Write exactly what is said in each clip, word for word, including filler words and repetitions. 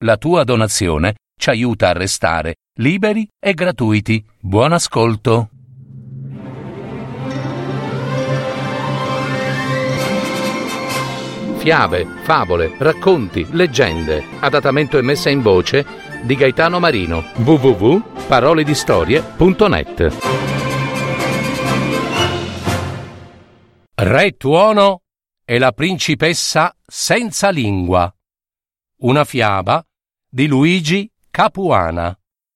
La tua donazione ci aiuta a restare liberi e gratuiti. Buon ascolto. Fiabe, favole, racconti, leggende. Adattamento e messa in voce di Gaetano Marino. w w w punto parole di storie punto net. Re Tuono e la principessa senza lingua. Una fiaba di Luigi Capuana.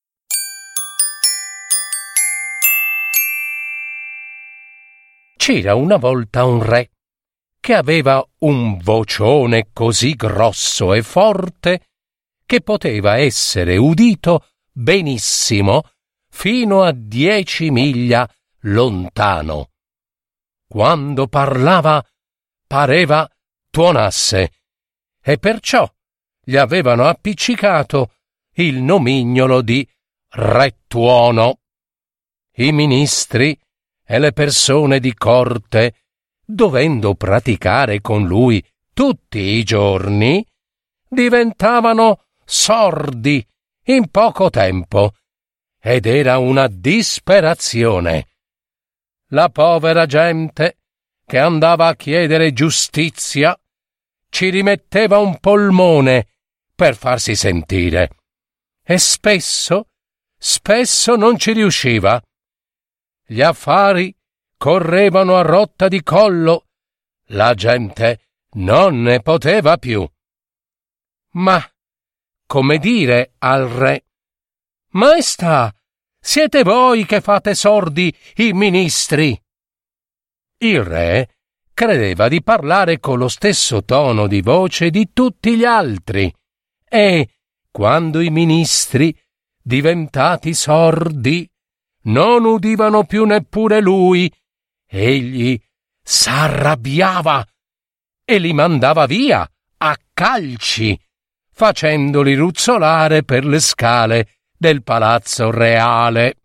C'era una volta un re che aveva un vocione così grosso e forte che poteva essere udito benissimo fino a dieci miglia lontano. Quando parlava pareva tuonasse, e perciò gli avevano appiccicato il nomignolo di Re Tuono. I ministri e le persone di corte, dovendo praticare con lui tutti i giorni, diventavano sordi in poco tempo, ed era una disperazione. La povera gente che andava a chiedere giustizia ci rimetteva un polmone per farsi sentire, e spesso, spesso non ci riusciva. Gli affari correvano a rotta di collo, la gente non ne poteva più. Ma, come dire al re: «Maestà, siete voi che fate sordi i ministri!» Il re credeva di parlare con lo stesso tono di voce di tutti gli altri, e, quando i ministri, diventati sordi, non udivano più neppure lui, egli s'arrabbiava e li mandava via a calci, facendoli ruzzolare per le scale del palazzo reale.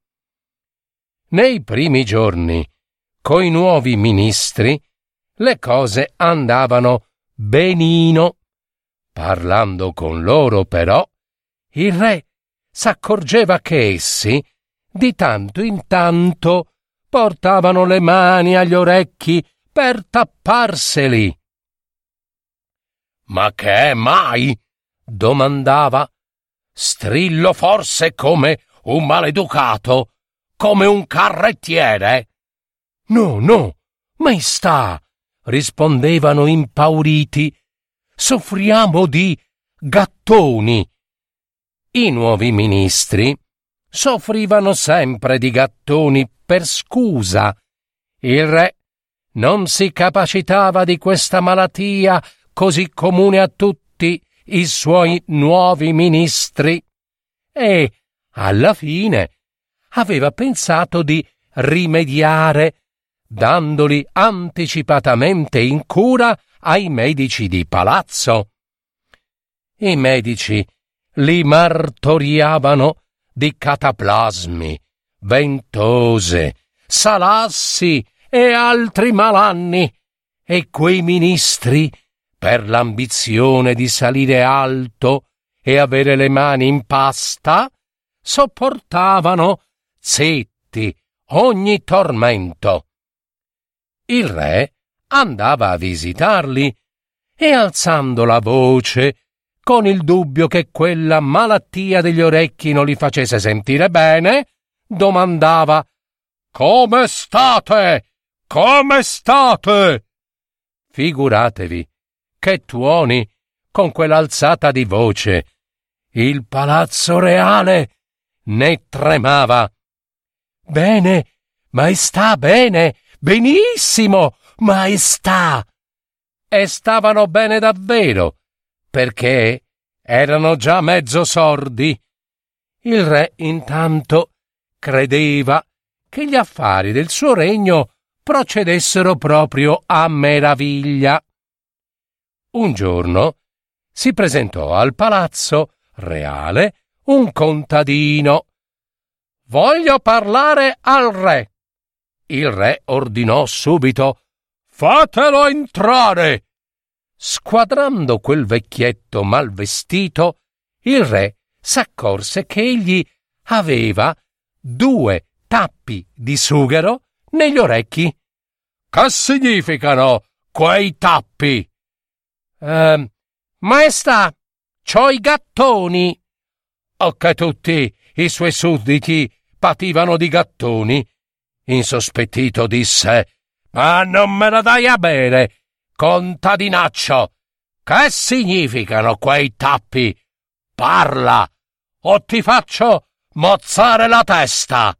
Nei primi giorni, coi nuovi ministri, le cose andavano benino. Parlando con loro, però, il re s'accorgeva che essi, di tanto in tanto, portavano le mani agli orecchi per tapparseli. «Ma che è mai?» domandava. «Strillo forse come un maleducato, come un carrettiere?» «No, no, maestà», rispondevano impauriti, «soffriamo di gattoni». I nuovi ministri soffrivano sempre di gattoni per scusa. Il re non si capacitava di questa malattia così comune a tutti i suoi nuovi ministri, e alla fine aveva pensato di rimediare dandoli anticipatamente in cura ai medici di palazzo. I medici li martoriavano di cataplasmi, ventose, salassi e altri malanni, e quei ministri, per l'ambizione di salire alto e avere le mani in pasta, sopportavano zitti ogni tormento. Il re andava a visitarli e, alzando la voce, con il dubbio che quella malattia degli orecchi non li facesse sentire bene, domandava: «Come state? Come state?» Figuratevi che tuoni con quell'alzata di voce. Il palazzo reale ne tremava. «Bene, maestà, bene, benissimo, maestà!» E stavano bene davvero, perché erano già mezzo sordi. Il re, intanto, credeva che gli affari del suo regno procedessero proprio a meraviglia. Un giorno si presentò al palazzo reale un contadino. «Voglio parlare al re». Il re ordinò subito: «Fatelo entrare!» Squadrando quel vecchietto mal vestito, il re s'accorse che egli aveva due tappi di sughero negli orecchi. «Che significano quei tappi?» Eh, «Maestà, c'ho i gattoni». «O che tutti i suoi sudditi pativano di gattoni?» Insospettito disse: «Ma non me la dai a bere, contadinaccio! Che significano quei tappi? Parla, o ti faccio mozzare la testa!»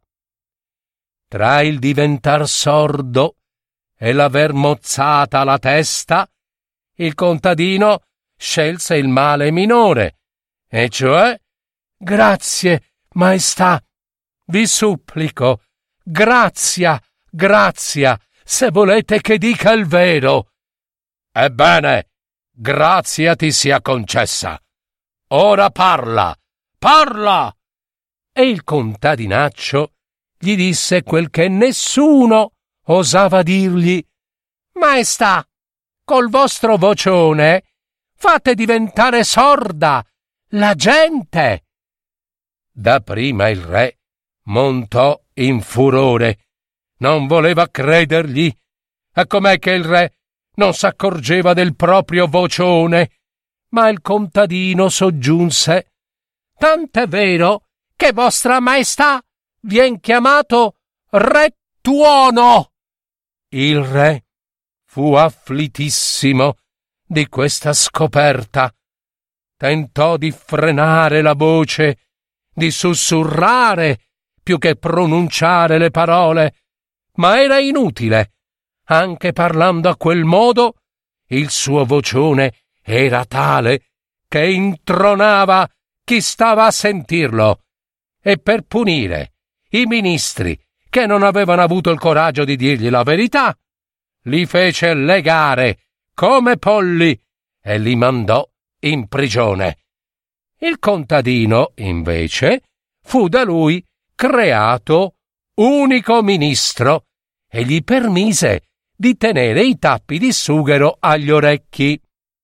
Tra il diventar sordo e l'aver mozzata la testa, il contadino scelse il male minore, e cioè: «Grazie, maestà, vi supplico, grazia, grazia, se volete che dica il vero». «Ebbene, grazia ti sia concessa. Ora parla, parla!» E il contadinaccio gli disse quel che nessuno osava dirgli: «Maestà, col vostro vocione fate diventare sorda la gente». Dapprima il re montò in furore, non voleva credergli. E com'è che il re non s'accorgeva del proprio vocione? Ma il contadino soggiunse: «Tant'è vero che vostra maestà vien chiamato Re Tuono». Il re fu afflittissimo di questa scoperta. Tentò di frenare la voce, di sussurrare più che pronunciare le parole, ma era inutile. Anche parlando a quel modo, il suo vocione era tale che intronava chi stava a sentirlo. E per punire i ministri che non avevano avuto il coraggio di dirgli la verità, li fece legare come polli e li mandò in prigione. Il contadino, invece, fu da lui creato unico ministro e gli permise di tenere i tappi di sughero agli orecchi.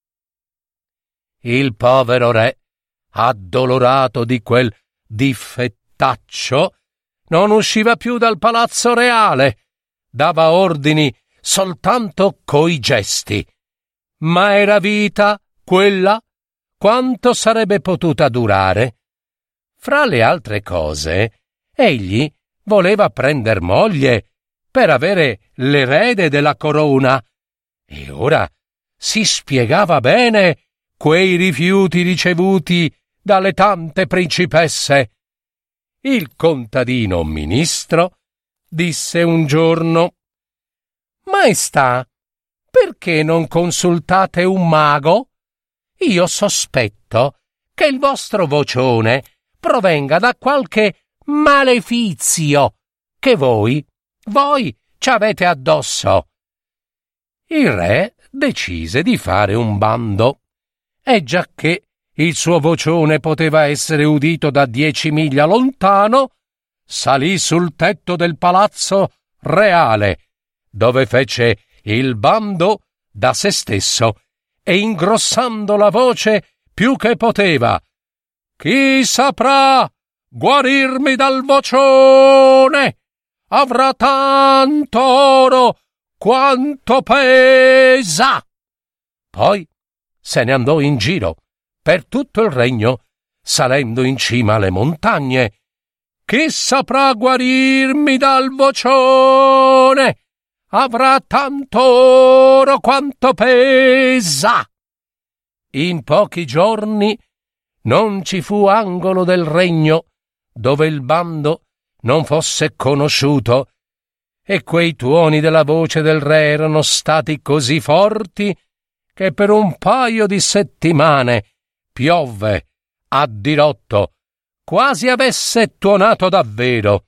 Il povero re, addolorato di quel difettaccio, non usciva più dal palazzo reale, dava ordini soltanto coi gesti. Ma era vita quella? Quanto sarebbe potuta durare? Fra le altre cose, egli voleva prender moglie per avere l'erede della corona, e ora si spiegava bene quei rifiuti ricevuti dalle tante principesse. Il contadino ministro disse un giorno: «Maestà, perché non consultate un mago? Io sospetto che il vostro vocione provenga da qualche malefizio che voi, voi ci avete addosso». Il re decise di fare un bando, e giacché il suo vocione poteva essere udito da dieci miglia lontano, salì sul tetto del palazzo reale, dove fece il bando da se stesso e ingrossando la voce più che poteva: «Chi saprà guarirmi dal vocione avrà tanto oro quanto pesa». Poi se ne andò in giro per tutto il regno, salendo in cima alle montagne: «Chi saprà guarirmi dal vocione avrà tanto oro quanto pesa». In pochi giorni non ci fu angolo del regno dove il bando non fosse conosciuto, e quei tuoni della voce del re erano stati così forti che per un paio di settimane piovve a dirotto, quasi avesse tuonato davvero.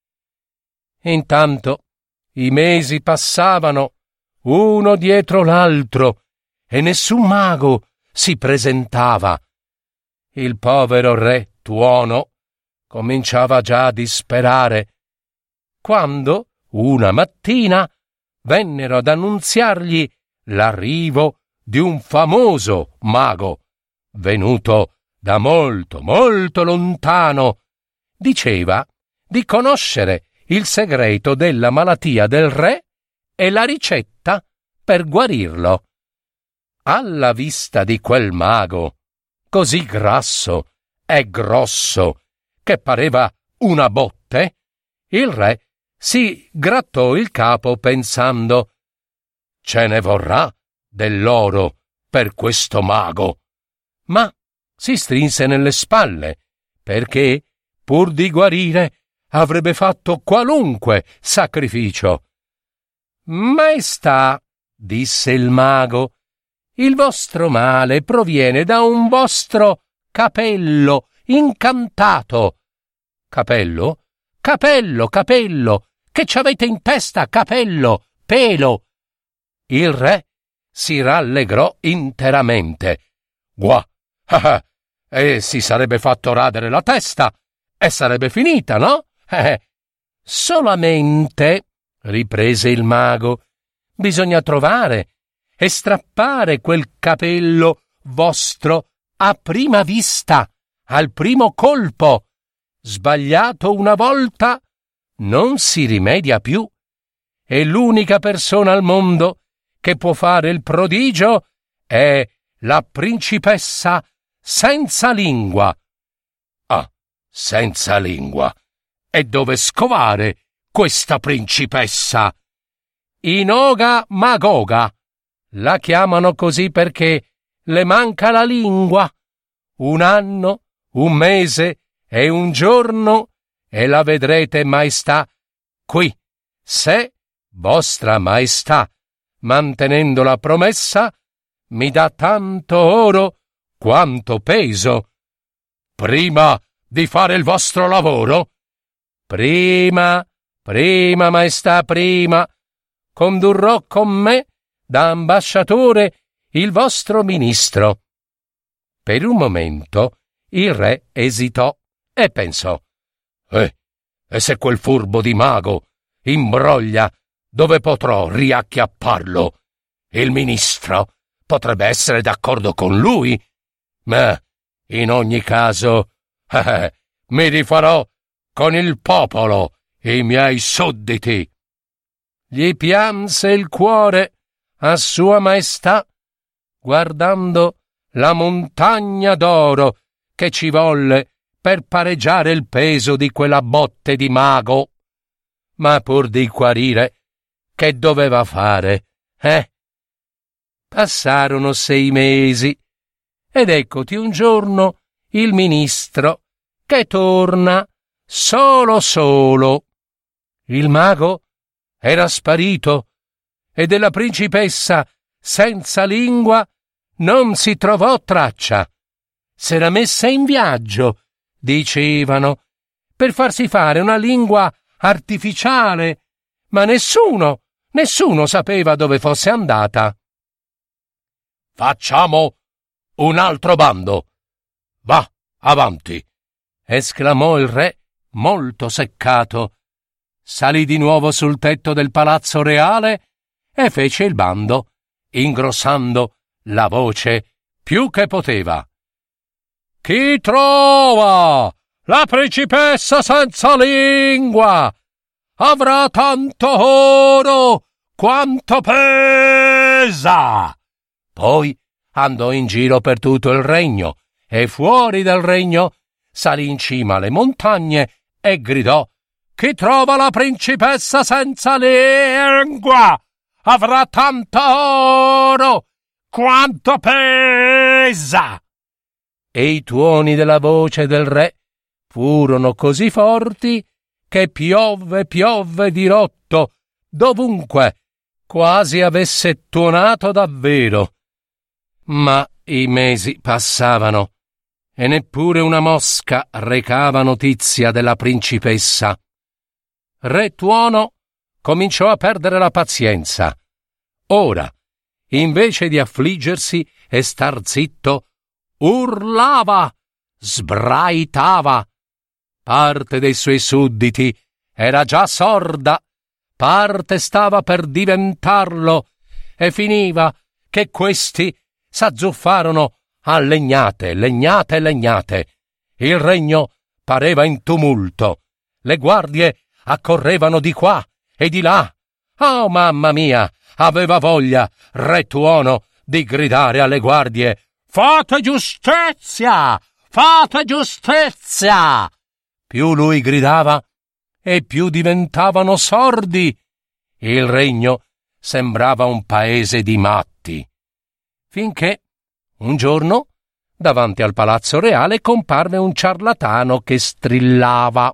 Intanto i mesi passavano uno dietro l'altro e nessun mago si presentava. Il povero re Tuono cominciava già a disperare, quando una mattina vennero ad annunziargli l'arrivo di un famoso mago, venuto da molto, molto lontano, diceva di conoscere il segreto della malattia del re e la ricetta per guarirlo. Alla vista di quel mago, così grasso e grosso che pareva una botte, il re si grattò il capo pensando: ce ne vorrà dell'oro per questo mago. Ma si strinse nelle spalle, perché, pur di guarire, avrebbe fatto qualunque sacrificio. Maestà, disse il mago, il vostro male proviene da un vostro capello incantato. Capello? Capello, capello! Che ci avete in testa, capello, pelo! Il re si rallegrò interamente. Gua! Ah, e si sarebbe fatto radere la testa e sarebbe finita, no? Eh, solamente, riprese il mago, bisogna trovare e strappare quel capello vostro a prima vista, al primo colpo. Sbagliato una volta, non si rimedia più. E l'unica persona al mondo che può fare il prodigio è la principessa senza lingua. Ah, senza lingua. E dove scovare questa principessa? Inoga Magoga. La chiamano così perché le manca la lingua. Un anno, un mese e un giorno e la vedrete, maestà, qui, se vostra maestà, mantenendo la promessa, mi dà tanto oro quanto peso. Prima di fare il vostro lavoro? Prima, prima, maestà, prima, condurrò con me da ambasciatore il vostro ministro. Per un momento il re esitò e pensò: Eh, e se quel furbo di mago imbroglia, dove potrò riacchiapparlo? Il ministro potrebbe essere d'accordo con lui, ma in ogni caso eh, mi rifarò con il popolo, i miei sudditi. Gli pianse il cuore a sua maestà, guardando la montagna d'oro che ci volle per pareggiare il peso di quella botte di mago. Ma pur di guarire, che doveva fare, eh? Passarono sei mesi, ed eccoti un giorno il ministro che torna solo solo. Il mago era sparito, e della principessa senza lingua non si trovò traccia. S'era messa in viaggio, dicevano, per farsi fare una lingua artificiale, ma nessuno, nessuno sapeva dove fosse andata. Facciamo un altro bando. Va, avanti, esclamò il re molto seccato. Salì di nuovo sul tetto del palazzo reale e fece il bando, ingrossando la voce più che poteva. Chi trova la principessa senza lingua avrà tanto oro quanto pesa. Poi andò in giro per tutto il regno e fuori dal regno salì in cima alle montagne e gridò: chi trova la principessa senza lingua avrà tanto oro quanto pesa. E i tuoni della voce del re furono così forti che piovve, piovve di rotto dovunque, quasi avesse tuonato davvero. Ma i mesi passavano e neppure una mosca recava notizia della principessa. Re Tuono cominciò a perdere la pazienza. Ora, invece di affliggersi e star zitto, urlava, sbraitava. Parte dei suoi sudditi era già sorda, parte stava per diventarlo, e finiva che questi s'azzuffarono a legnate, legnate, legnate. Il regno pareva in tumulto. Le guardie accorrevano di qua e di là. Oh, mamma mia! Aveva voglia Re Tuono di gridare alle guardie: «Fate giustizia! Fate giustizia!» Più lui gridava e più diventavano sordi. Il regno sembrava un paese di matti. Finché un giorno davanti al palazzo reale comparve un ciarlatano che strillava: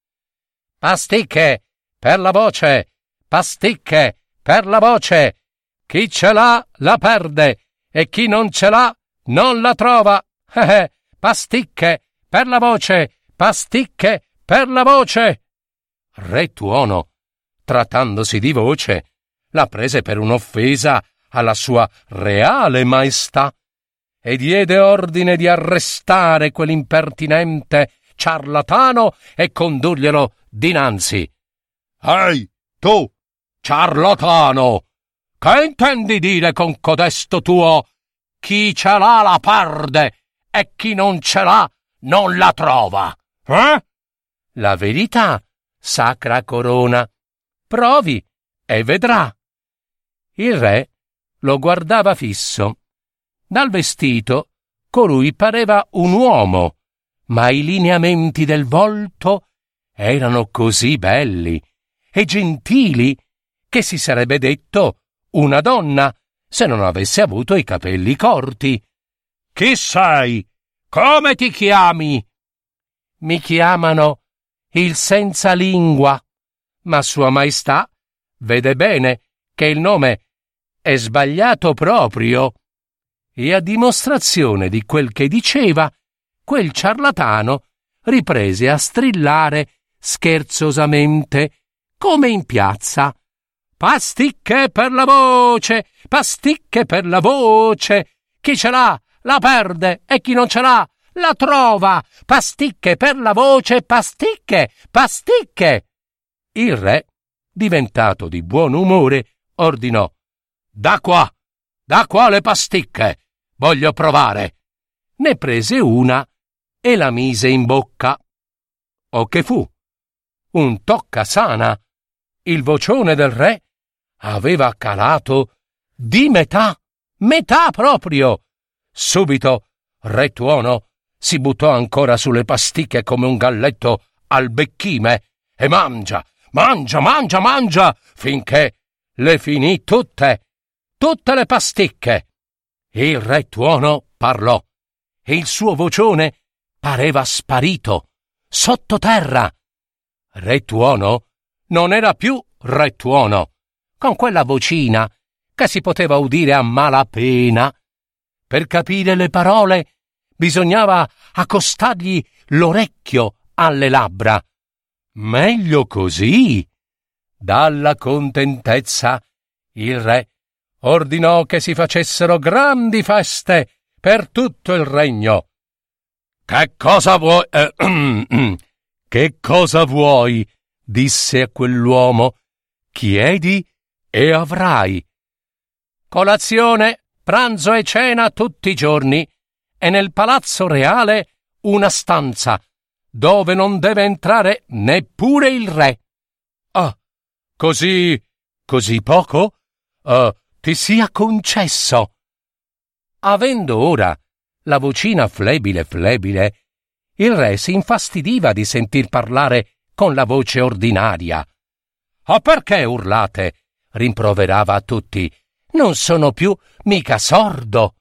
«Pasticche per la voce! Pasticche per la voce! Chi ce l'ha la perde e chi non ce l'ha non la trova! Eh eh, pasticche per la voce! Pasticche per la voce!» Re Tuono, trattandosi di voce, la prese per un'offesa alla sua reale maestà e diede ordine di arrestare quell'impertinente ciarlatano e condurglielo dinanzi. «Ehi, tu, ciarlatano! Che intendi dire con codesto tuo chi ce l'ha la perde e chi non ce l'ha non la trova? Eh? La verità, sacra corona. Provi e vedrà». Il re lo guardava fisso. Dal vestito colui pareva un uomo, ma i lineamenti del volto erano così belli e gentili che si sarebbe detto una donna se non avesse avuto i capelli corti. «Chi sei? Come ti chiami?» «Mi chiamano il senza lingua, ma Sua Maestà vede bene che il nome è sbagliato proprio». E a dimostrazione di quel che diceva, quel ciarlatano riprese a strillare scherzosamente, come in piazza: «Pasticche per la voce! Pasticche per la voce! Chi ce l'ha la perde e chi non ce l'ha la trova! Pasticche per la voce! Pasticche! Pasticche!» Il re, diventato di buon umore, ordinò: «Da qua! Da qua le pasticche! Voglio provare!» Ne prese una e la mise in bocca. O che fu? Un toccasana! Il vocione del re aveva calato di metà, metà proprio. Subito Re Tuono si buttò ancora sulle pasticche come un galletto al becchime e mangia, mangia, mangia, mangia, finché le finì tutte, tutte le pasticche. Il Re Tuono parlò e il suo vocione pareva sparito, sottoterra. Re Tuono non era più Re Tuono, con quella vocina che si poteva udire a malapena. Per capire le parole bisognava accostargli l'orecchio alle labbra. Meglio così. Dalla contentezza il re ordinò che si facessero grandi feste per tutto il regno. «Che cosa vuoi?» Eh, «Che cosa vuoi?» disse a quell'uomo. «Chiedi e avrai. Colazione, pranzo e cena tutti i giorni, e nel palazzo reale una stanza dove non deve entrare neppure il re». «Ah, così, così poco? Uh, ti sia concesso». Avendo ora la vocina flebile flebile, il re si infastidiva di sentir parlare con la voce ordinaria. «Ah, perché urlate?» rimproverava a tutti. «Non sono più mica sordo».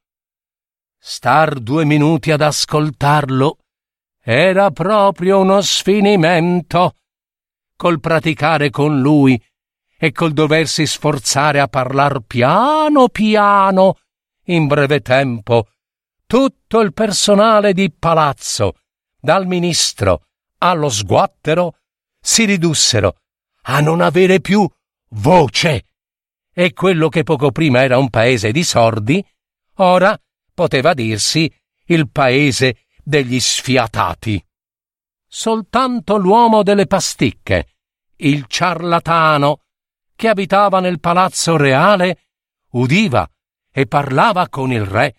Star due minuti ad ascoltarlo era proprio uno sfinimento. Col praticare con lui e col doversi sforzare a parlar piano piano, in breve tempo, tutto il personale di palazzo, dal ministro allo sguattero, si ridussero a non avere più voce, e quello che poco prima era un paese di sordi, ora poteva dirsi il paese degli sfiatati. Soltanto l'uomo delle pasticche, il ciarlatano, che abitava nel palazzo reale, udiva e parlava con il re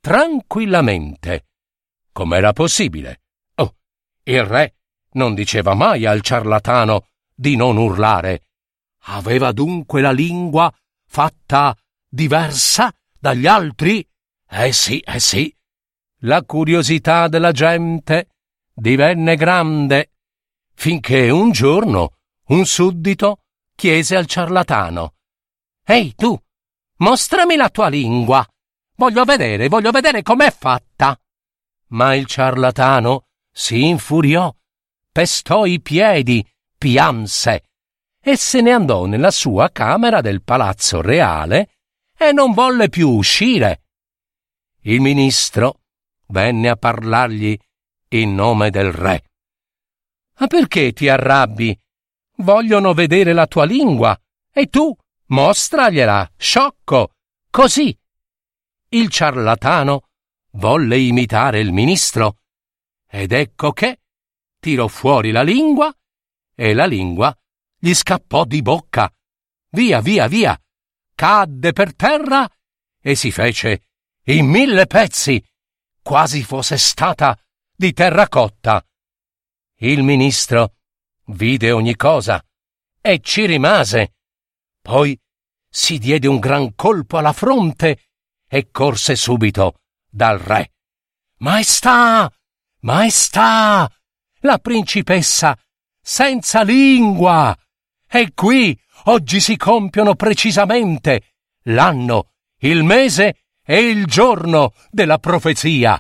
tranquillamente. Com'era possibile? Oh, il re non diceva mai al ciarlatano di non urlare. Aveva dunque la lingua fatta diversa dagli altri? Eh sì, eh sì. La curiosità della gente divenne grande, finché un giorno un suddito chiese al ciarlatano: «Ehi tu, mostrami la tua lingua. Voglio vedere, voglio vedere com'è fatta». Ma il ciarlatano si infuriò, pestò i piedi, pianse e se ne andò nella sua camera del palazzo reale e non volle più uscire. Il ministro venne a parlargli in nome del re. «Ma perché ti arrabbi? Vogliono vedere la tua lingua e tu mostragliela, sciocco, così». Il ciarlatano volle imitare il ministro ed ecco che tirò fuori la lingua e la lingua gli scappò di bocca. Via, via, via, cadde per terra e si fece in mille pezzi, quasi fosse stata di terracotta. Il ministro vide ogni cosa e ci rimase. Poi si diede un gran colpo alla fronte e corse subito dal re. «Maestà! Maestà! La principessa senza lingua! E qui oggi si compiono precisamente l'anno, il mese e il giorno della profezia».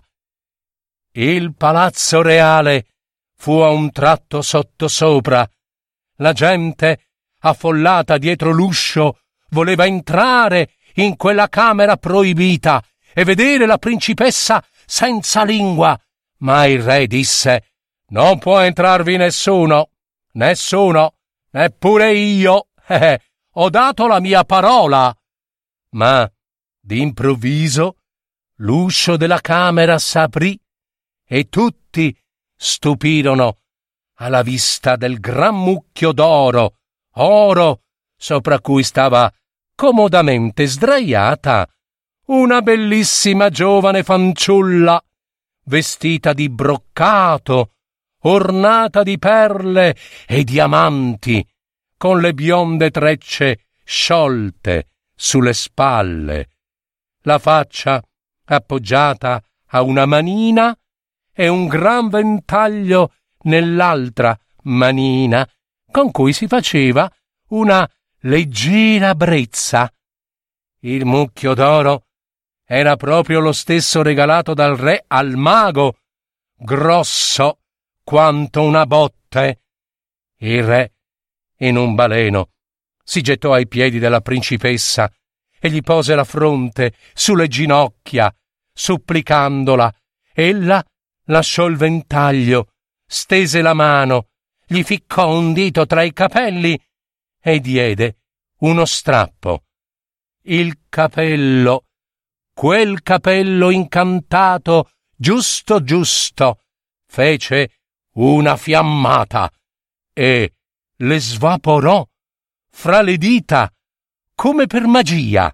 Il palazzo reale fu a un tratto sottosopra. La gente, affollata dietro l'uscio, voleva entrare in quella camera proibita e vedere la principessa senza lingua, ma il re disse: «Non può entrarvi nessuno, nessuno, neppure io, eh, ho dato la mia parola». Ma d'improvviso l'uscio della camera s'aprì e tutti stupirono alla vista del gran mucchio d'oro, oro sopra cui stava comodamente sdraiata una bellissima giovane fanciulla, vestita di broccato, ornata di perle e diamanti, con le bionde trecce sciolte sulle spalle, la faccia appoggiata a una manina e un gran ventaglio nell'altra manina, con cui si faceva una leggera brezza. Il mucchio d'oro era proprio lo stesso regalato dal re al mago, grosso quanto una botte. Il re, in un baleno, si gettò ai piedi della principessa e gli pose la fronte sulle ginocchia, supplicandola. Ella lasciò il ventaglio, stese la mano, gli ficcò un dito tra i capelli e diede uno strappo. Il capello, quel capello incantato, giusto giusto, fece una fiammata e le svaporò fra le dita come per magia.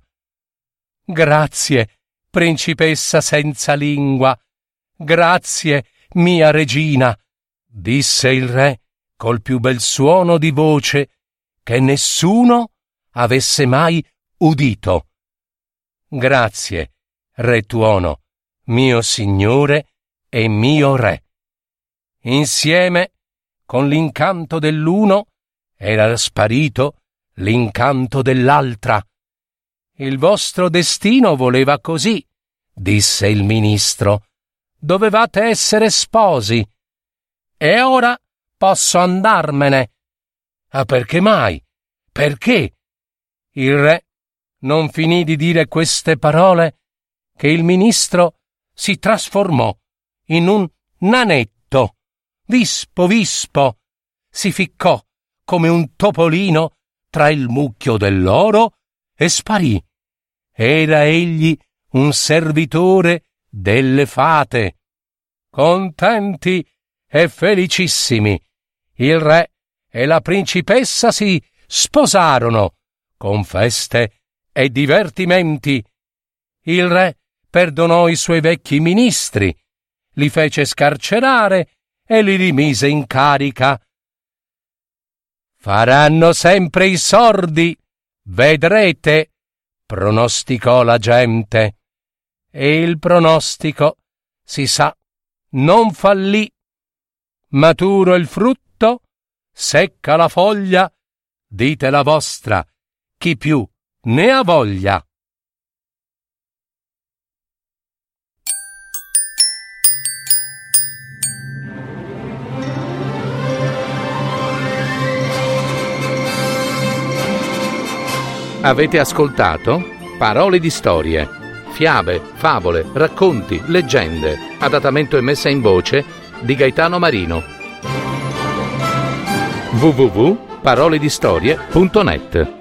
«Grazie, principessa senza lingua, grazie, mia regina», disse il re col più bel suono di voce che nessuno avesse mai udito. «Grazie, re tuono, mio signore e mio re». Insieme con l'incanto dell'uno era sparito l'incanto dell'altra. «Il vostro destino voleva così», disse il ministro. «Dovevate essere sposi. E ora posso andarmene». «Ah, perché mai? Perché?» Il re non finì di dire queste parole che il ministro si trasformò in un nanetto, vispo vispo, si ficcò come un topolino tra il mucchio dell'oro e sparì. Era egli un servitore delle fate. Contenti e felicissimi, il re e la principessa si sposarono con feste e divertimenti. Il re perdonò i suoi vecchi ministri, li fece scarcerare e li rimise in carica. Faranno sempre i sordi, vedrete, pronosticò la gente. E il pronostico, si sa, non fallì. Maturo il frutto, secca la foglia, dite la vostra, chi più ne ha voglia. Avete ascoltato Parole di storie, fiabe, favole, racconti, leggende, adattamento e messa in voce di Gaetano Marino. w w w punto parole di storie punto net